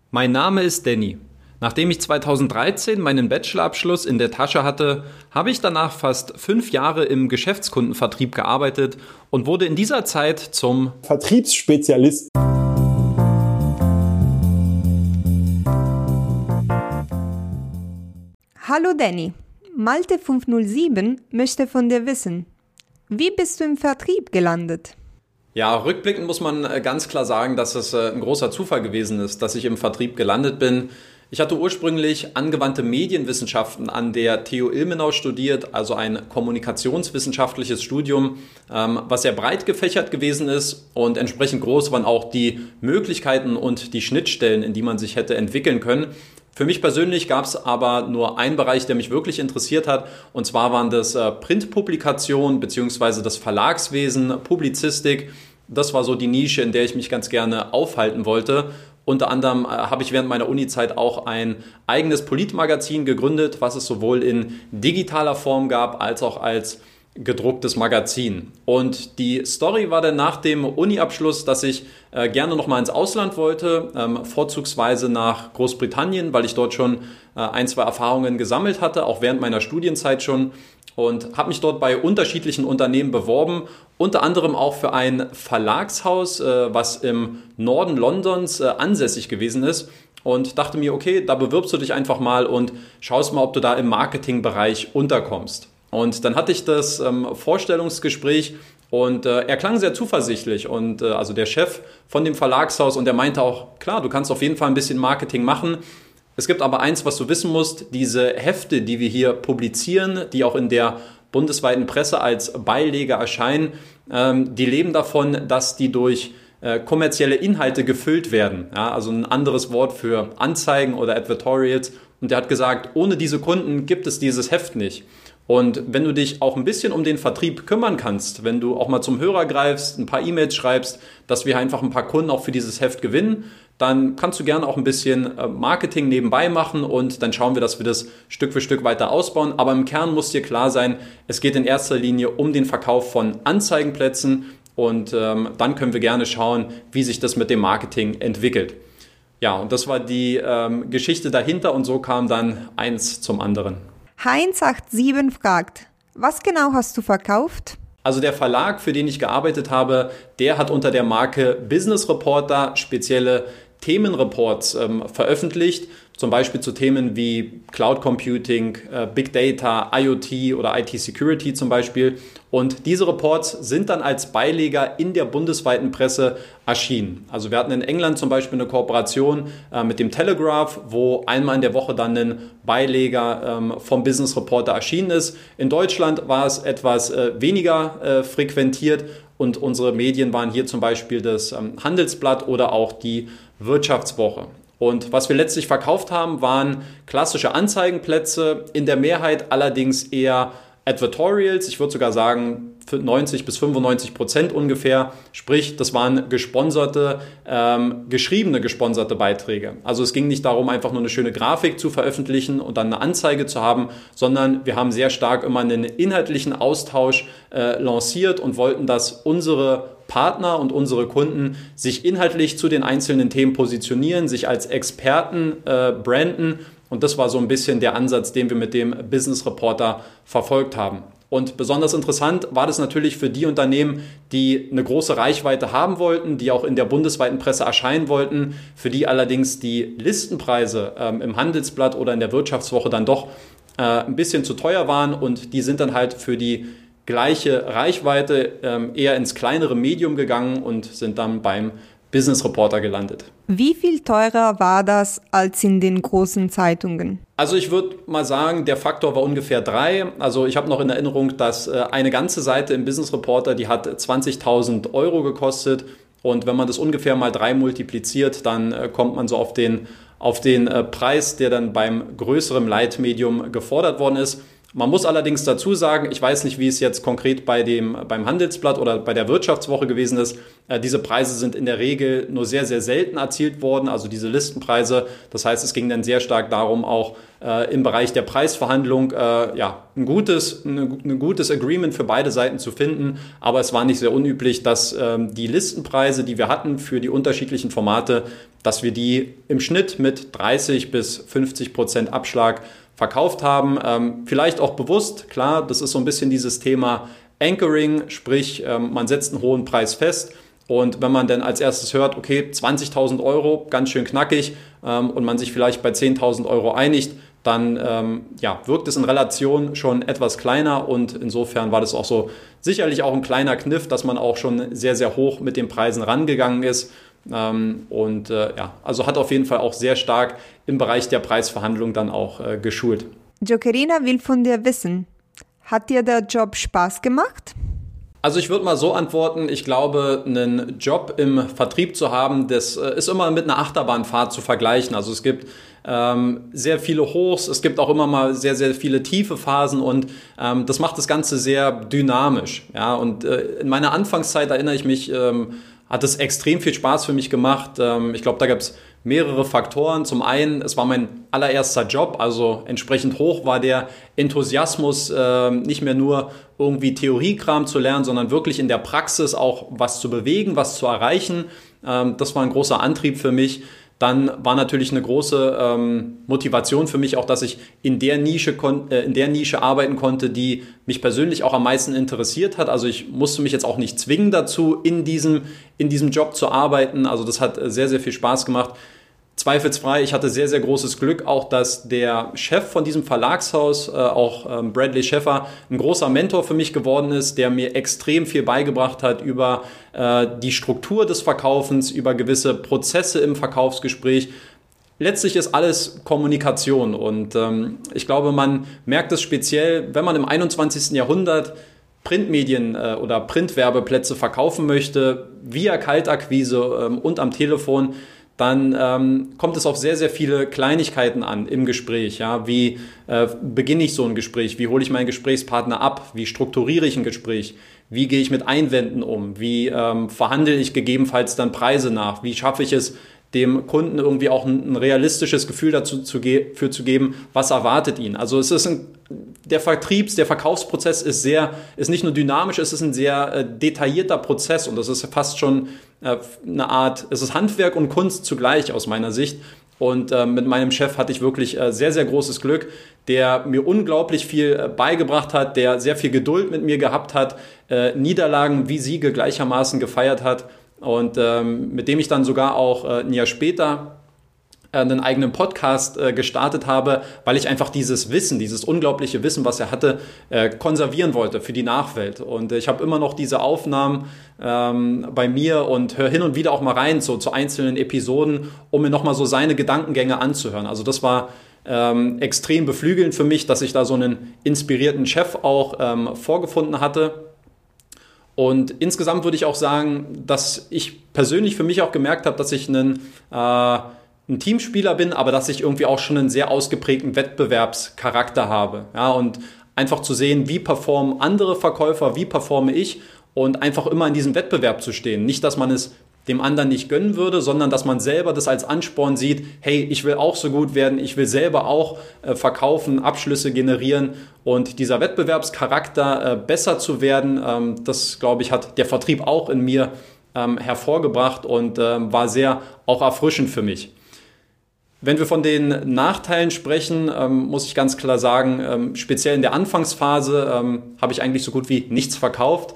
Mein Name ist Danny. Nachdem ich 2013 meinen Bachelorabschluss in der Tasche hatte, habe ich danach fast 5 Jahre im Geschäftskundenvertrieb gearbeitet und wurde in dieser Zeit zum Vertriebsspezialist. Hallo Danny, Malte 507 möchte von dir wissen, wie bist du im Vertrieb gelandet? Ja, rückblickend muss man ganz klar sagen, dass es ein großer Zufall gewesen ist, dass ich im Vertrieb gelandet bin. Ich hatte ursprünglich angewandte Medienwissenschaften an der TU Ilmenau studiert, also ein kommunikationswissenschaftliches Studium, was sehr breit gefächert gewesen ist und entsprechend groß waren auch die Möglichkeiten und die Schnittstellen, in die man sich hätte entwickeln können. Für mich persönlich gab es aber nur einen Bereich, der mich wirklich interessiert hat, und zwar waren das Printpublikationen bzw. das Verlagswesen, Publizistik. Das war so die Nische, in der ich mich ganz gerne aufhalten wollte. Unter anderem habe ich während meiner Uni-Zeit auch ein eigenes Politmagazin gegründet, was es sowohl in digitaler Form gab als auch als gedrucktes Magazin. Und die Story war dann nach dem Uni-Abschluss, dass ich gerne nochmal ins Ausland wollte, vorzugsweise nach Großbritannien, weil ich dort schon 1, 2 Erfahrungen gesammelt hatte, auch während meiner Studienzeit schon, und habe mich dort bei unterschiedlichen Unternehmen beworben, unter anderem auch für ein Verlagshaus, was im Norden Londons ansässig gewesen ist, und dachte mir, okay, da bewirbst du dich einfach mal und schaust mal, ob du da im Marketingbereich unterkommst. Und dann hatte ich das Vorstellungsgespräch und er klang sehr zuversichtlich und also der Chef von dem Verlagshaus, und der meinte auch, klar, du kannst auf jeden Fall ein bisschen Marketing machen. Es gibt aber eins, was du wissen musst: diese Hefte, die wir hier publizieren, die auch in der bundesweiten Presse als Beileger erscheinen, die leben davon, dass die durch kommerzielle Inhalte gefüllt werden. Ja, also ein anderes Wort für Anzeigen oder Advertorials. Und der hat gesagt, ohne diese Kunden gibt es dieses Heft nicht. Und wenn du dich auch ein bisschen um den Vertrieb kümmern kannst, wenn du auch mal zum Hörer greifst, ein paar E-Mails schreibst, dass wir einfach ein paar Kunden auch für dieses Heft gewinnen, dann kannst du gerne auch ein bisschen Marketing nebenbei machen, und dann schauen wir, dass wir das Stück für Stück weiter ausbauen. Aber im Kern muss dir klar sein, es geht in erster Linie um den Verkauf von Anzeigenplätzen, und dann können wir gerne schauen, wie sich das mit dem Marketing entwickelt. Ja, und das war die Geschichte dahinter, und so kam dann eins zum anderen. Heinz87 fragt, was genau hast du verkauft? Also der Verlag, für den ich gearbeitet habe, der hat unter der Marke Business Reporter spezielle Themenreports veröffentlicht, zum Beispiel zu Themen wie Cloud Computing, Big Data, IoT oder IT Security zum Beispiel. Und diese Reports sind dann als Beileger in der bundesweiten Presse erschienen. Also wir hatten in England zum Beispiel eine Kooperation mit dem Telegraph, wo einmal in der Woche dann ein Beileger vom Business Reporter erschienen ist. In Deutschland war es etwas weniger frequentiert, und unsere Medien waren hier zum Beispiel das Handelsblatt oder auch die Wirtschaftswoche. Und was wir letztlich verkauft haben, waren klassische Anzeigenplätze, in der Mehrheit allerdings eher Advertorials. Ich würde sogar sagen 90-95% ungefähr. Sprich, das waren gesponserte, geschriebene gesponserte Beiträge. Also es ging nicht darum, einfach nur eine schöne Grafik zu veröffentlichen und dann eine Anzeige zu haben, sondern wir haben sehr stark immer einen inhaltlichen Austausch lanciert und wollten, dass unsere Partner und unsere Kunden sich inhaltlich zu den einzelnen Themen positionieren, sich als Experten branden. Und das war so ein bisschen der Ansatz, den wir mit dem Business Reporter verfolgt haben. Und besonders interessant war das natürlich für die Unternehmen, die eine große Reichweite haben wollten, die auch in der bundesweiten Presse erscheinen wollten, für die allerdings die Listenpreise im Handelsblatt oder in der Wirtschaftswoche dann doch ein bisschen zu teuer waren, und die sind dann halt für die gleiche Reichweite eher ins kleinere Medium gegangen und sind dann beim Business Reporter gelandet. Wie viel teurer war das als in den großen Zeitungen? Also ich würde mal sagen, der Faktor war ungefähr 3. Also ich habe noch in Erinnerung, dass eine ganze Seite im Business Reporter, die hat 20.000 Euro gekostet. Und wenn man das ungefähr mal 3 multipliziert, dann kommt man so auf den Preis, der dann beim größeren Leitmedium gefordert worden ist. Man muss allerdings dazu sagen, ich weiß nicht, wie es jetzt konkret beim Handelsblatt oder bei der Wirtschaftswoche gewesen ist. Diese Preise sind in der Regel nur sehr, sehr selten erzielt worden, also diese Listenpreise. Das heißt, es ging dann sehr stark darum, auch im Bereich der Preisverhandlung ein gutes Agreement für beide Seiten zu finden. Aber es war nicht sehr unüblich, dass die Listenpreise, die wir hatten für die unterschiedlichen Formate, dass wir die im Schnitt mit 30 bis 50% Abschlag verkauft haben. Vielleicht auch bewusst, klar, das ist so ein bisschen dieses Thema Anchoring, sprich man setzt einen hohen Preis fest und wenn man dann als erstes hört, okay, 20.000 Euro, ganz schön knackig und man sich vielleicht bei 10.000 Euro einigt, dann wirkt es in Relation schon etwas kleiner und insofern war das auch so sicherlich auch ein kleiner Kniff, dass man auch schon sehr, sehr hoch mit den Preisen rangegangen ist. Also hat auf jeden Fall auch sehr stark im Bereich der Preisverhandlung dann auch geschult. Jokerina will von dir wissen, hat dir der Job Spaß gemacht? Also ich würde mal so antworten, ich glaube, einen Job im Vertrieb zu haben, das ist immer mit einer Achterbahnfahrt zu vergleichen. Also es gibt sehr viele Hochs, es gibt auch immer mal sehr, sehr viele tiefe Phasen und das macht das Ganze sehr dynamisch. Ja? Und in meiner Anfangszeit erinnere ich mich, hat es extrem viel Spaß für mich gemacht. Ich glaube, da gab es mehrere Faktoren. Zum einen, es war mein allererster Job, also entsprechend hoch war der Enthusiasmus, nicht mehr nur irgendwie Theoriekram zu lernen, sondern wirklich in der Praxis auch was zu bewegen, was zu erreichen. Das war ein großer Antrieb für mich. Dann war natürlich eine große Motivation für mich auch, dass ich in der Nische arbeiten konnte, die mich persönlich auch am meisten interessiert hat. Also ich musste mich jetzt auch nicht zwingen dazu, in diesem Job zu arbeiten. Also das hat sehr, sehr viel Spaß gemacht. Zweifelsfrei, ich hatte sehr, sehr großes Glück auch, dass der Chef von diesem Verlagshaus, Bradley Scheffer, ein großer Mentor für mich geworden ist, der mir extrem viel beigebracht hat über die Struktur des Verkaufens, über gewisse Prozesse im Verkaufsgespräch. Letztlich ist alles Kommunikation und ich glaube, man merkt es speziell, wenn man im 21. Jahrhundert Printmedien oder Printwerbeplätze verkaufen möchte, via Kaltakquise und am Telefon, dann kommt es auf sehr, sehr viele Kleinigkeiten an im Gespräch. Ja? Wie beginne ich so ein Gespräch? Wie hole ich meinen Gesprächspartner ab? Wie strukturiere ich ein Gespräch? Wie gehe ich mit Einwänden um? Wie verhandle ich gegebenenfalls dann Preise nach? Wie schaffe ich es, dem Kunden irgendwie auch ein realistisches Gefühl dazu zu geben, was erwartet ihn? Also es ist der Verkaufsprozess ist nicht nur dynamisch, es ist ein sehr detaillierter Prozess und das ist fast schon eine Art, es ist Handwerk und Kunst zugleich aus meiner Sicht. Und mit meinem Chef hatte ich wirklich sehr, sehr großes Glück, der mir unglaublich viel beigebracht hat, der sehr viel Geduld mit mir gehabt hat, Niederlagen wie Siege gleichermaßen gefeiert hat und mit dem ich dann sogar auch ein Jahr später einen eigenen Podcast gestartet habe, weil ich einfach dieses Wissen, dieses unglaubliche Wissen, was er hatte, konservieren wollte für die Nachwelt. Und ich habe immer noch diese Aufnahmen bei mir und höre hin und wieder auch mal rein zu einzelnen Episoden, um mir nochmal so seine Gedankengänge anzuhören. Also das war extrem beflügelnd für mich, dass ich da so einen inspirierten Chef auch vorgefunden hatte. Und insgesamt würde ich auch sagen, dass ich persönlich für mich auch gemerkt habe, dass ich ein Teamspieler bin, aber dass ich irgendwie auch schon einen sehr ausgeprägten Wettbewerbscharakter habe. Ja, und einfach zu sehen, wie performen andere Verkäufer, wie performe ich und einfach immer in diesem Wettbewerb zu stehen. Nicht, dass man es dem anderen nicht gönnen würde, sondern dass man selber das als Ansporn sieht, hey, ich will auch so gut werden, ich will selber auch verkaufen, Abschlüsse generieren und dieser Wettbewerbscharakter besser zu werden, das, glaube ich, hat der Vertrieb auch in mir hervorgebracht und war sehr auch erfrischend für mich. Wenn wir von den Nachteilen sprechen, muss ich ganz klar sagen, speziell in der Anfangsphase habe ich eigentlich so gut wie nichts verkauft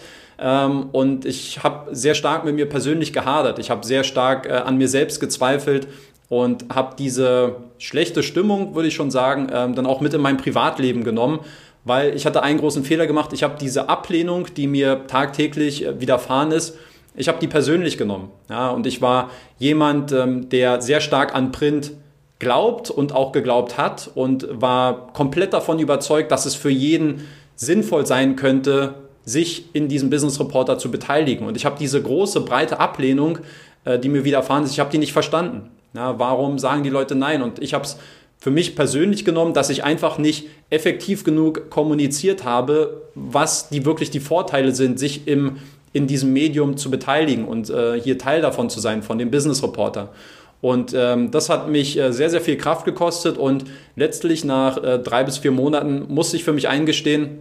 und ich habe sehr stark mit mir persönlich gehadert. Ich habe sehr stark an mir selbst gezweifelt und habe diese schlechte Stimmung, würde ich schon sagen, dann auch mit in mein Privatleben genommen, weil ich hatte einen großen Fehler gemacht. Ich habe diese Ablehnung, die mir tagtäglich widerfahren ist, ich habe die persönlich genommen. Ja, und ich war jemand, der sehr stark an Print glaubt und auch geglaubt hat und war komplett davon überzeugt, dass es für jeden sinnvoll sein könnte, sich in diesem Business Reporter zu beteiligen. Und ich habe diese große, breite Ablehnung, die mir widerfahren ist, ich habe die nicht verstanden. Ja, warum sagen die Leute nein? Und ich habe es für mich persönlich genommen, dass ich einfach nicht effektiv genug kommuniziert habe, was wirklich die Vorteile sind, sich in diesem Medium zu beteiligen und hier Teil davon zu sein, von dem Business Reporter. Und das hat mich sehr, sehr viel Kraft gekostet und letztlich nach 3 bis 4 Monaten musste ich für mich eingestehen,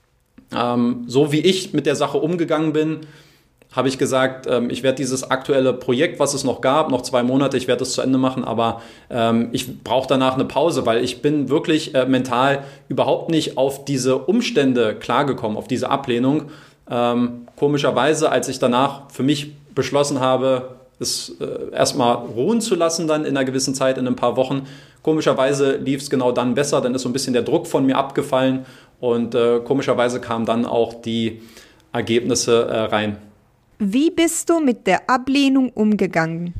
so wie ich mit der Sache umgegangen bin, habe ich gesagt, ich werde dieses aktuelle Projekt, was es noch gab, noch 2 Monate, ich werde es zu Ende machen, aber ich brauche danach eine Pause, weil ich bin wirklich mental überhaupt nicht auf diese Umstände klargekommen, auf diese Ablehnung. Komischerweise, als ich danach für mich beschlossen habe, es erstmal ruhen zu lassen dann in einer gewissen Zeit, in ein paar Wochen. Komischerweise lief es genau dann besser, dann ist so ein bisschen der Druck von mir abgefallen und komischerweise kamen dann auch die Ergebnisse rein. Wie bist du mit der Ablehnung umgegangen?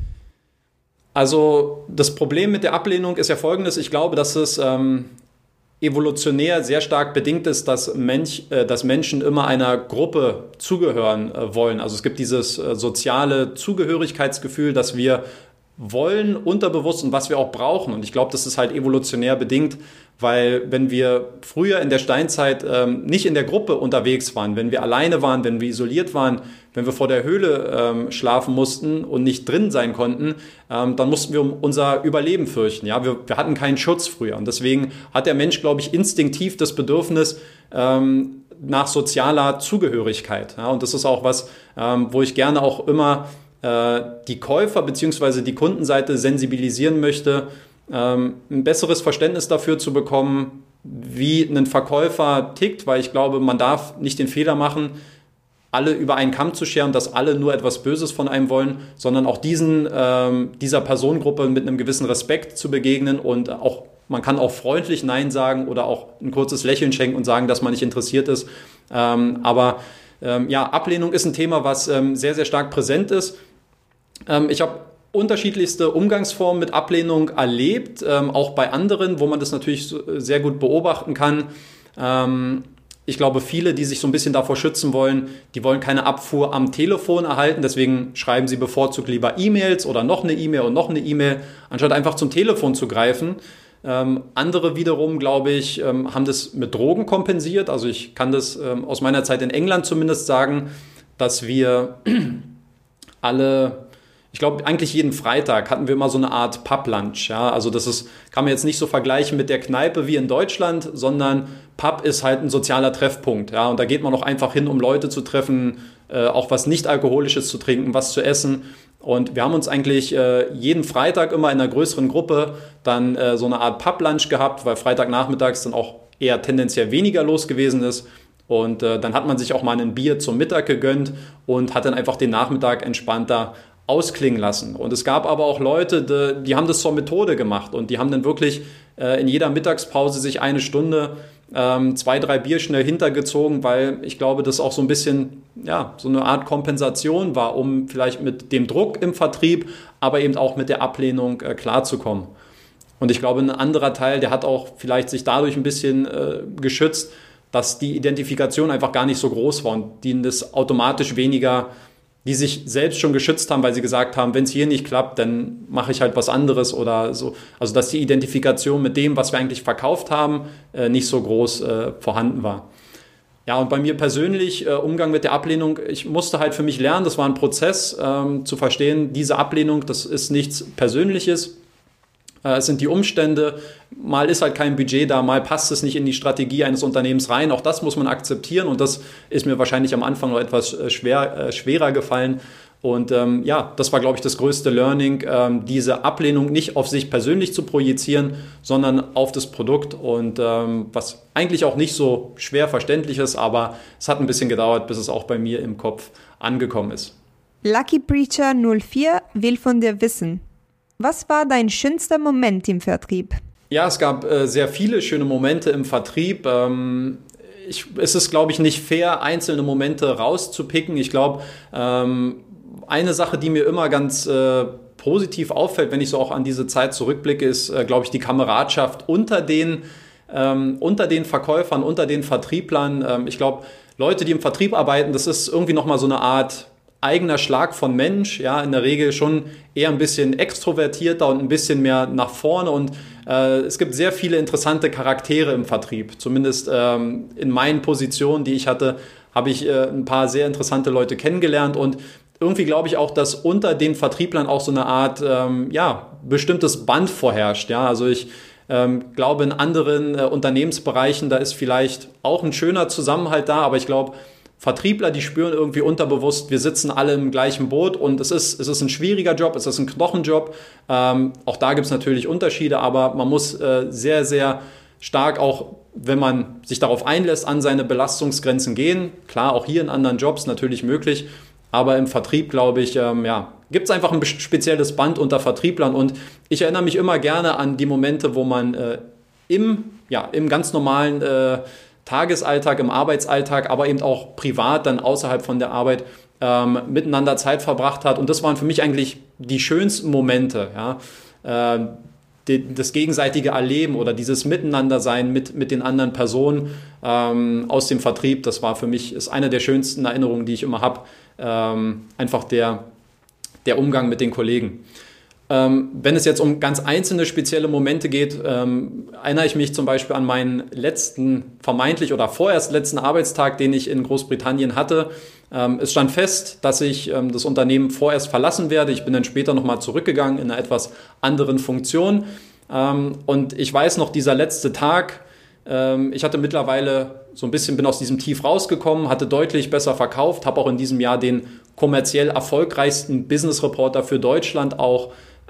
Also das Problem mit der Ablehnung ist ja folgendes. Ich glaube, dass es evolutionär sehr stark bedingt ist, dass Menschen immer einer Gruppe zugehören wollen. Also es gibt dieses soziale Zugehörigkeitsgefühl, das wir wollen, unterbewusst und was wir auch brauchen. Und ich glaube, das ist halt evolutionär bedingt, weil wenn wir früher in der Steinzeit nicht in der Gruppe unterwegs waren, wenn wir alleine waren, wenn wir isoliert waren, wenn wir vor der Höhle schlafen mussten und nicht drin sein konnten, dann mussten wir um unser Überleben fürchten. Ja? Wir hatten keinen Schutz früher. Und deswegen hat der Mensch, glaube ich, instinktiv das Bedürfnis nach sozialer Zugehörigkeit. Ja? Und das ist auch was, wo ich gerne auch immer die Käufer bzw. die Kundenseite sensibilisieren möchte, ein besseres Verständnis dafür zu bekommen, wie ein Verkäufer tickt, weil ich glaube, man darf nicht den Fehler machen, alle über einen Kamm zu scheren, dass alle nur etwas Böses von einem wollen, sondern auch dieser Personengruppe mit einem gewissen Respekt zu begegnen und auch man kann auch freundlich Nein sagen oder auch ein kurzes Lächeln schenken und sagen, dass man nicht interessiert ist. Aber Ablehnung ist ein Thema, was sehr, sehr stark präsent ist. Ich habe unterschiedlichste Umgangsformen mit Ablehnung erlebt, auch bei anderen, wo man das natürlich sehr gut beobachten kann. Ich glaube, viele, die sich so ein bisschen davor schützen wollen, die wollen keine Abfuhr am Telefon erhalten. Deswegen schreiben sie bevorzugt lieber E-Mails oder noch eine E-Mail und noch eine E-Mail, anstatt einfach zum Telefon zu greifen. Andere wiederum, glaube ich, haben das mit Drogen kompensiert. Also ich kann das aus meiner Zeit in England zumindest sagen, dass wir alle... Ich glaube, eigentlich jeden Freitag hatten wir immer so eine Art Pub-Lunch. Ja? Also kann man jetzt nicht so vergleichen mit der Kneipe wie in Deutschland, sondern Pub ist halt ein sozialer Treffpunkt. Ja? Und da geht man auch einfach hin, um Leute zu treffen, auch was Nicht-Alkoholisches zu trinken, was zu essen. Und wir haben uns eigentlich jeden Freitag immer in einer größeren Gruppe dann so eine Art Pub-Lunch gehabt, weil Freitagnachmittags dann auch eher tendenziell weniger los gewesen ist. Und dann hat man sich auch mal ein Bier zum Mittag gegönnt und hat dann einfach den Nachmittag entspannter ausklingen lassen. Und es gab aber auch Leute, die haben das zur Methode gemacht und die haben dann wirklich in jeder Mittagspause sich 1 Stunde 2, 3 Bier schnell hintergezogen, weil ich glaube, das auch so ein bisschen so eine Art Kompensation war, um vielleicht mit dem Druck im Vertrieb, aber eben auch mit der Ablehnung klarzukommen. Und ich glaube, ein anderer Teil, der hat auch vielleicht sich dadurch ein bisschen geschützt, dass die Identifikation einfach gar nicht so groß war und die das automatisch weniger, die sich selbst schon geschützt haben, weil sie gesagt haben, wenn es hier nicht klappt, dann mache ich halt was anderes oder so. Also dass die Identifikation mit dem, was wir eigentlich verkauft haben, nicht so groß vorhanden war. Ja, und bei mir persönlich, Umgang mit der Ablehnung, ich musste halt für mich lernen, das war ein Prozess, zu verstehen, diese Ablehnung, das ist nichts Persönliches. Es sind die Umstände, mal ist halt kein Budget da, mal passt es nicht in die Strategie eines Unternehmens rein. Auch das muss man akzeptieren und das ist mir wahrscheinlich am Anfang noch etwas schwerer gefallen. Und das war, glaube ich, das größte Learning, diese Ablehnung nicht auf sich persönlich zu projizieren, sondern auf das Produkt. Und was eigentlich auch nicht so schwer verständlich ist, aber es hat ein bisschen gedauert, bis es auch bei mir im Kopf angekommen ist. Lucky Preacher 04 will von dir wissen: Was war dein schönster Moment im Vertrieb? Ja, es gab sehr viele schöne Momente im Vertrieb. Es ist, glaube ich, nicht fair, einzelne Momente rauszupicken. Ich glaube, eine Sache, die mir immer ganz positiv auffällt, wenn ich so auch an diese Zeit zurückblicke, ist, glaube ich, die Kameradschaft unter den Verkäufern, unter den Vertrieblern. Ich glaube, Leute, die im Vertrieb arbeiten, das ist irgendwie nochmal so eine Art eigener Schlag von Mensch, ja, in der Regel schon eher ein bisschen extrovertierter und ein bisschen mehr nach vorne und es gibt sehr viele interessante Charaktere im Vertrieb. Zumindest in meinen Positionen, die ich hatte, habe ich ein paar sehr interessante Leute kennengelernt und irgendwie glaube ich auch, dass unter den Vertrieblern auch so eine Art bestimmtes Band vorherrscht. Ja? Also ich glaube, in anderen Unternehmensbereichen, da ist vielleicht auch ein schöner Zusammenhalt da, aber ich glaube, Vertriebler, die spüren irgendwie unterbewusst, wir sitzen alle im gleichen Boot und es ist ein schwieriger Job, es ist ein Knochenjob. Auch da gibt es natürlich Unterschiede, aber man muss sehr, sehr stark auch, wenn man sich darauf einlässt, an seine Belastungsgrenzen gehen. Klar, auch hier in anderen Jobs natürlich möglich, aber im Vertrieb, glaube ich, gibt es einfach ein spezielles Band unter Vertrieblern und ich erinnere mich immer gerne an die Momente, wo man im ganz normalen Tagesalltag, im Arbeitsalltag, aber eben auch privat dann außerhalb von der Arbeit miteinander Zeit verbracht hat. Und das waren für mich eigentlich die schönsten Momente, ja? Das gegenseitige Erleben oder dieses Miteinandersein mit den anderen Personen aus dem Vertrieb. Das war für mich ist eine der schönsten Erinnerungen, die ich immer habe. Einfach der Umgang mit den Kollegen. Wenn es jetzt um ganz einzelne spezielle Momente geht, erinnere ich mich zum Beispiel an meinen vermeintlich oder vorerst letzten Arbeitstag, den ich in Großbritannien hatte. Es stand fest, dass ich das Unternehmen vorerst verlassen werde. Ich bin dann später nochmal zurückgegangen in einer etwas anderen Funktion. Und ich weiß noch, dieser letzte Tag, ich hatte mittlerweile so ein bisschen, bin aus diesem Tief rausgekommen, hatte deutlich besser verkauft, habe auch in diesem Jahr den kommerziell erfolgreichsten Business Reporter für Deutschland auch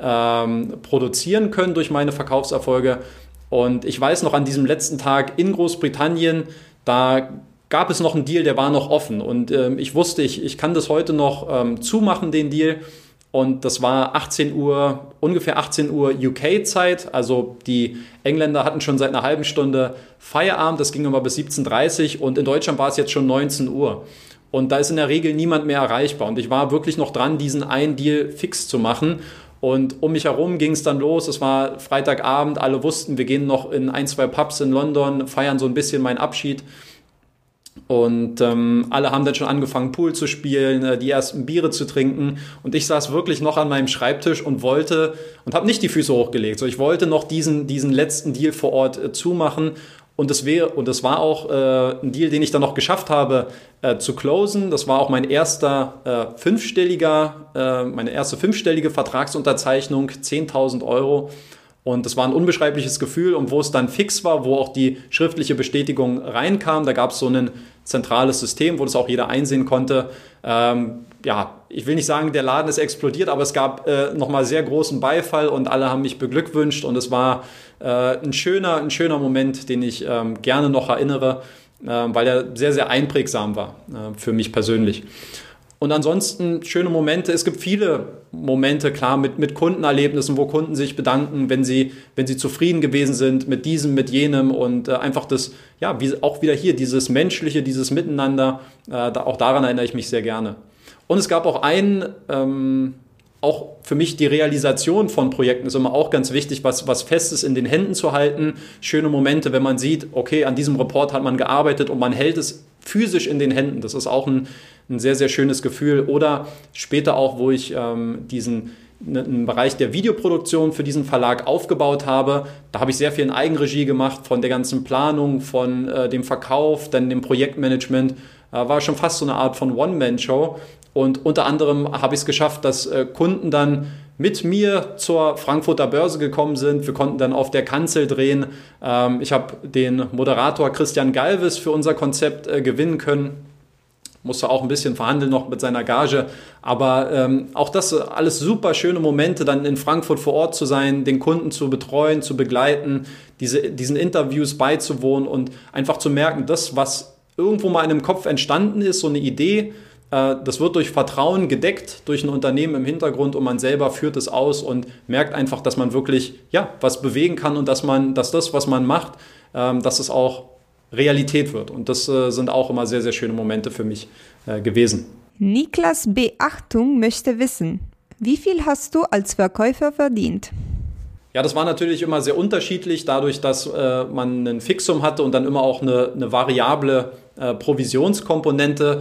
produzieren können durch meine Verkaufserfolge. Und ich weiß noch, an diesem letzten Tag in Großbritannien, da gab es noch einen Deal, der war noch offen. Und ich wusste, ich kann das heute noch zumachen, den Deal. Und das war ungefähr 18 Uhr UK-Zeit. Also die Engländer hatten schon seit einer halben Stunde Feierabend. Das ging aber bis 17:30 Uhr. Und in Deutschland war es jetzt schon 19 Uhr. Und da ist in der Regel niemand mehr erreichbar. Und ich war wirklich noch dran, diesen einen Deal fix zu machen. Und um mich herum ging es dann los. Es war Freitagabend. Alle wussten, wir gehen noch in 1-2 Pubs in London, feiern so ein bisschen meinen Abschied. Und alle haben dann schon angefangen, Pool zu spielen, die ersten Biere zu trinken. Und ich saß wirklich noch an meinem Schreibtisch und habe nicht die Füße hochgelegt. So, ich wollte noch diesen letzten Deal vor Ort zumachen. Und das war auch ein Deal, den ich dann noch geschafft habe zu closen. Das war auch meine erste fünfstellige Vertragsunterzeichnung, 10.000 Euro. Und das war ein unbeschreibliches Gefühl. Und wo es dann fix war, wo auch die schriftliche Bestätigung reinkam, da gab es so ein zentrales System, wo das auch jeder einsehen konnte. Ich will nicht sagen, der Laden ist explodiert, aber es gab nochmal sehr großen Beifall und alle haben mich beglückwünscht. Und es war ein schöner Moment, den ich gerne noch erinnere, weil er sehr, sehr einprägsam war für mich persönlich. Und ansonsten schöne Momente. Es gibt viele Momente, klar, mit Kundenerlebnissen, wo Kunden sich bedanken, wenn sie zufrieden gewesen sind mit diesem, mit jenem und einfach das, ja, wie auch wieder hier, dieses Menschliche, dieses Miteinander, auch daran erinnere ich mich sehr gerne. Und es gab auch auch für mich die Realisation von Projekten ist immer auch ganz wichtig, was Festes in den Händen zu halten. Schöne Momente, wenn man sieht, okay, an diesem Report hat man gearbeitet und man hält es physisch in den Händen. Das ist auch ein sehr, sehr schönes Gefühl. Oder später auch, wo ich einen Bereich der Videoproduktion für diesen Verlag aufgebaut habe. Da habe ich sehr viel in Eigenregie gemacht, von der ganzen Planung, von dem Verkauf, dann dem Projektmanagement. War schon fast so eine Art von One-Man-Show. Und unter anderem habe ich es geschafft, dass Kunden dann mit mir zur Frankfurter Börse gekommen sind. Wir konnten dann auf der Kanzel drehen. Ich habe den Moderator Christian Galvis für unser Konzept gewinnen können. Musste auch ein bisschen verhandeln noch mit seiner Gage. Aber auch das alles super schöne Momente, dann in Frankfurt vor Ort zu sein, den Kunden zu betreuen, zu begleiten, diesen Interviews beizuwohnen und einfach zu merken, das, was irgendwo mal in einem Kopf entstanden ist, so eine Idee, das wird durch Vertrauen gedeckt, durch ein Unternehmen im Hintergrund und man selber führt es aus und merkt einfach, dass man wirklich was bewegen kann und dass das, was man macht, dass es auch Realität wird. Und das sind auch immer sehr, sehr schöne Momente für mich gewesen. Niklas Beachtung möchte wissen, wie viel hast du als Verkäufer verdient? Ja, das war natürlich immer sehr unterschiedlich, dadurch, dass man ein Fixum hatte und dann immer auch eine variable Provisionskomponente.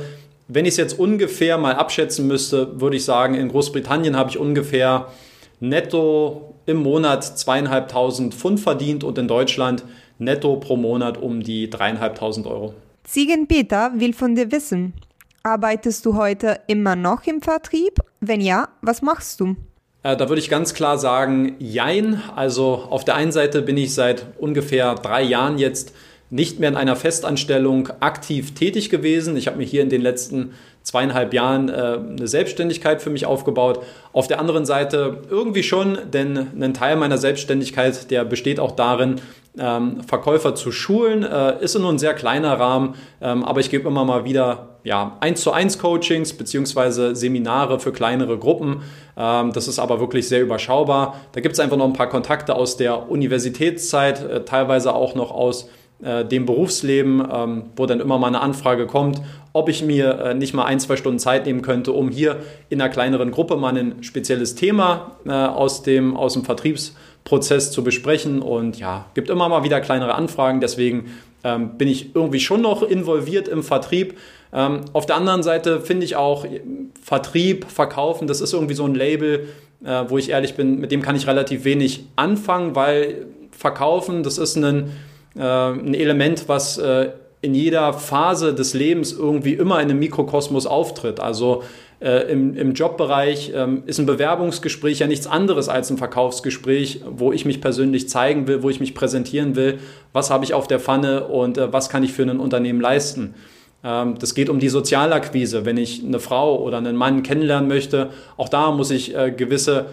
wenn ich es jetzt ungefähr mal abschätzen müsste, würde ich sagen, in Großbritannien habe ich ungefähr netto im Monat 2.500 Pfund verdient und in Deutschland netto pro Monat um die 3.500 Euro. Ziegenpeter will von dir wissen, arbeitest du heute immer noch im Vertrieb? Wenn ja, was machst du? Da würde ich ganz klar sagen, jein. Also auf der einen Seite bin ich seit ungefähr 3 Jahren jetzt nicht mehr in einer Festanstellung aktiv tätig gewesen. Ich habe mir hier in den letzten 2,5 Jahren eine Selbstständigkeit für mich aufgebaut. Auf der anderen Seite irgendwie schon, denn ein Teil meiner Selbstständigkeit, der besteht auch darin, Verkäufer zu schulen, ist nur ein sehr kleiner Rahmen, aber ich gebe immer mal wieder 1:1 Coachings bzw. Seminare für kleinere Gruppen. Das ist aber wirklich sehr überschaubar. Da gibt es einfach noch ein paar Kontakte aus der Universitätszeit, teilweise auch noch aus dem Berufsleben, wo dann immer mal eine Anfrage kommt, ob ich mir nicht mal 1-2 Stunden Zeit nehmen könnte, um hier in einer kleineren Gruppe mal ein spezielles Thema aus dem Vertriebsprozess zu besprechen. Und ja, gibt immer mal wieder kleinere Anfragen, deswegen bin ich irgendwie schon noch involviert im Vertrieb. Auf der anderen Seite finde ich auch Vertrieb, Verkaufen, das ist irgendwie so ein Label, wo ich ehrlich bin, mit dem kann ich relativ wenig anfangen, weil Verkaufen, das ist ein Element, was in jeder Phase des Lebens irgendwie immer in einem Mikrokosmos auftritt. Also im Jobbereich ist ein Bewerbungsgespräch ja nichts anderes als ein Verkaufsgespräch, wo ich mich persönlich zeigen will, wo ich mich präsentieren will, was habe ich auf der Pfanne und was kann ich für ein Unternehmen leisten. Das geht um die Sozialakquise. Wenn ich eine Frau oder einen Mann kennenlernen möchte, auch da muss ich gewisse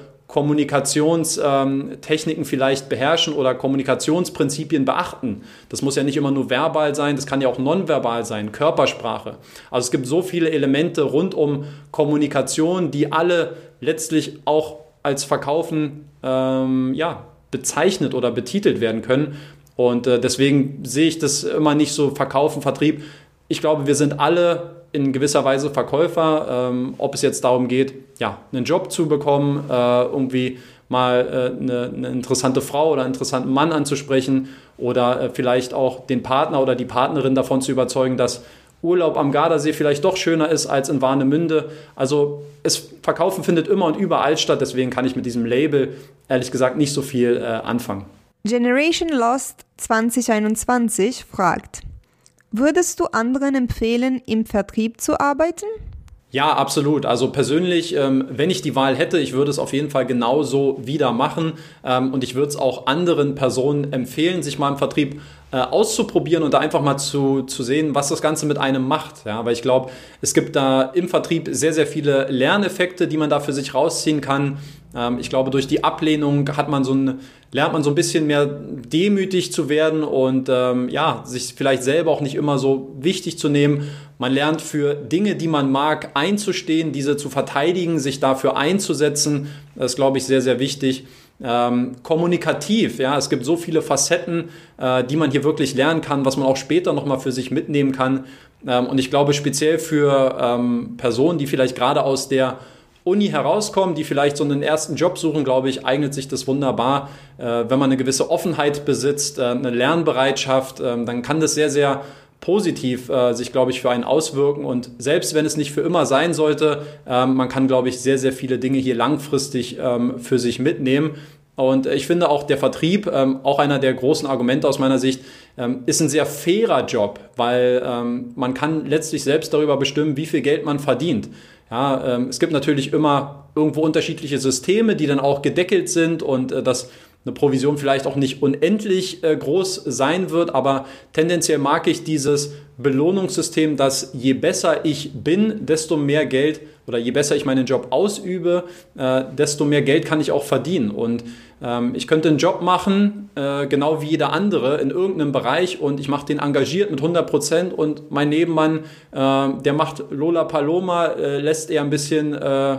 Kommunikationstechniken vielleicht beherrschen oder Kommunikationsprinzipien beachten. Das muss ja nicht immer nur verbal sein, das kann ja auch nonverbal sein, Körpersprache. Also es gibt so viele Elemente rund um Kommunikation, die alle letztlich auch als Verkaufen bezeichnet oder betitelt werden können. Und deswegen sehe ich das immer nicht so Verkaufen, Vertrieb. Ich glaube, wir sind alle in gewisser Weise Verkäufer, ob es jetzt darum geht, einen Job zu bekommen, irgendwie mal eine interessante Frau oder einen interessanten Mann anzusprechen oder vielleicht auch den Partner oder die Partnerin davon zu überzeugen, dass Urlaub am Gardasee vielleicht doch schöner ist als in Warnemünde. Also Verkaufen findet immer und überall statt, deswegen kann ich mit diesem Label ehrlich gesagt nicht so viel anfangen. Generation Lost 2021 fragt: Würdest du anderen empfehlen, im Vertrieb zu arbeiten? Ja, absolut. Also persönlich, wenn ich die Wahl hätte, ich würde es auf jeden Fall genauso wieder machen und ich würde es auch anderen Personen empfehlen, sich mal im Vertrieb auszuprobieren und da einfach mal zu sehen, was das Ganze mit einem macht. Ja, weil ich glaube, es gibt da im Vertrieb sehr, sehr viele Lerneffekte, die man da für sich rausziehen kann. Ich glaube, durch die Ablehnung lernt man so ein bisschen mehr demütig zu werden und sich vielleicht selber auch nicht immer so wichtig zu nehmen. Man lernt für Dinge, die man mag, einzustehen, diese zu verteidigen, sich dafür einzusetzen. Das ist, glaube ich, sehr, sehr wichtig. Kommunikativ, ja, es gibt so viele Facetten, die man hier wirklich lernen kann, was man auch später nochmal für sich mitnehmen kann. Und ich glaube, speziell für Personen, die vielleicht gerade aus der Uni herauskommen, die vielleicht so einen ersten Job suchen, glaube ich, eignet sich das wunderbar. Wenn man eine gewisse Offenheit besitzt, eine Lernbereitschaft, dann kann das sehr, sehr positiv sich, glaube ich, für einen auswirken. Und selbst wenn es nicht für immer sein sollte, man kann, glaube ich, sehr, sehr viele Dinge hier langfristig für sich mitnehmen. Und ich finde auch der Vertrieb, auch einer der großen Argumente aus meiner Sicht, ist ein sehr fairer Job, weil man kann letztlich selbst darüber bestimmen, wie viel Geld man verdient. Ja, es gibt natürlich immer irgendwo unterschiedliche Systeme, die dann auch gedeckelt sind und dass eine Provision vielleicht auch nicht unendlich groß sein wird, aber tendenziell mag ich dieses Belohnungssystem, dass je besser ich bin, desto mehr Geld oder je besser ich meinen Job ausübe, desto mehr Geld kann ich auch verdienen. Und ich könnte einen Job machen, genau wie jeder andere in irgendeinem Bereich und ich mache den engagiert mit 100% und mein Nebenmann, der macht Lola Paloma, lässt eher ein bisschen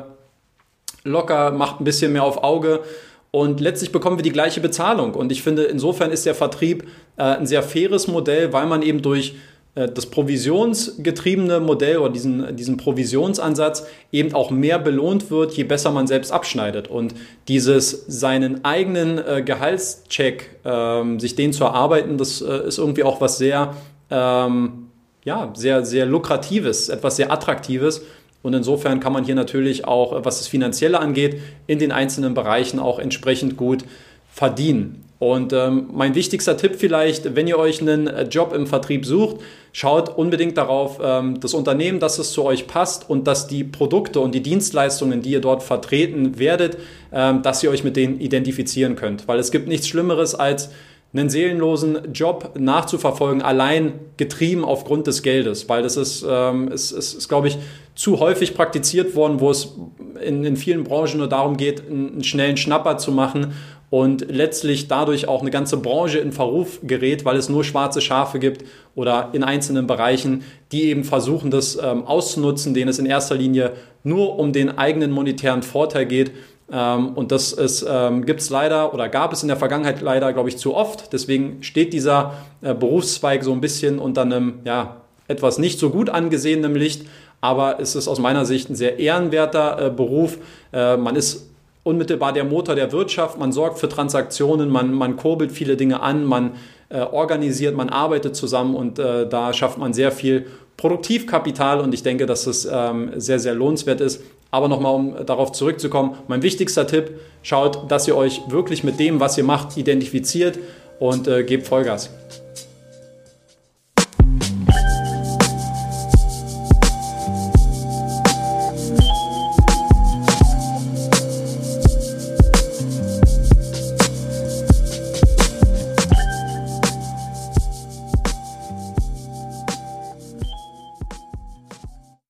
locker, macht ein bisschen mehr auf Auge. Und letztlich bekommen wir die gleiche Bezahlung. Und ich finde, insofern ist der Vertrieb ein sehr faires Modell, weil man eben durch das provisionsgetriebene Modell oder diesen Provisionsansatz eben auch mehr belohnt wird, je besser man selbst abschneidet. Und dieses seinen eigenen Gehaltscheck, sich den zu erarbeiten, das ist irgendwie auch was sehr ja, sehr, sehr Lukratives, etwas sehr Attraktives. Und insofern kann man hier natürlich auch, was das Finanzielle angeht, in den einzelnen Bereichen auch entsprechend gut verdienen. Und mein wichtigster Tipp vielleicht, wenn ihr euch einen Job im Vertrieb sucht, schaut unbedingt darauf, das Unternehmen, dass es zu euch passt und dass die Produkte und die Dienstleistungen, die ihr dort vertreten werdet, dass ihr euch mit denen identifizieren könnt. Weil es gibt nichts Schlimmeres als einen seelenlosen Job nachzuverfolgen, allein getrieben aufgrund des Geldes, weil das ist, glaube ich, zu häufig praktiziert worden, wo es in vielen Branchen nur darum geht, einen schnellen Schnapper zu machen und letztlich dadurch auch eine ganze Branche in Verruf gerät, weil es nur schwarze Schafe gibt oder in einzelnen Bereichen, die eben versuchen, das auszunutzen, denen es in erster Linie nur um den eigenen monetären Vorteil geht. Und das gibt es leider oder gab es in der Vergangenheit leider, glaube ich, zu oft. Deswegen steht dieser Berufszweig so ein bisschen unter einem etwas nicht so gut angesehenen Licht. Aber es ist aus meiner Sicht ein sehr ehrenwerter Beruf. Man ist unmittelbar der Motor der Wirtschaft. Man sorgt für Transaktionen, man kurbelt viele Dinge an, man organisiert, man arbeitet zusammen und da schafft man sehr viel Produktivkapital. Und ich denke, dass es sehr, sehr lohnenswert ist. Aber nochmal, um darauf zurückzukommen, mein wichtigster Tipp, schaut, dass ihr euch wirklich mit dem, was ihr macht, identifiziert und gebt Vollgas.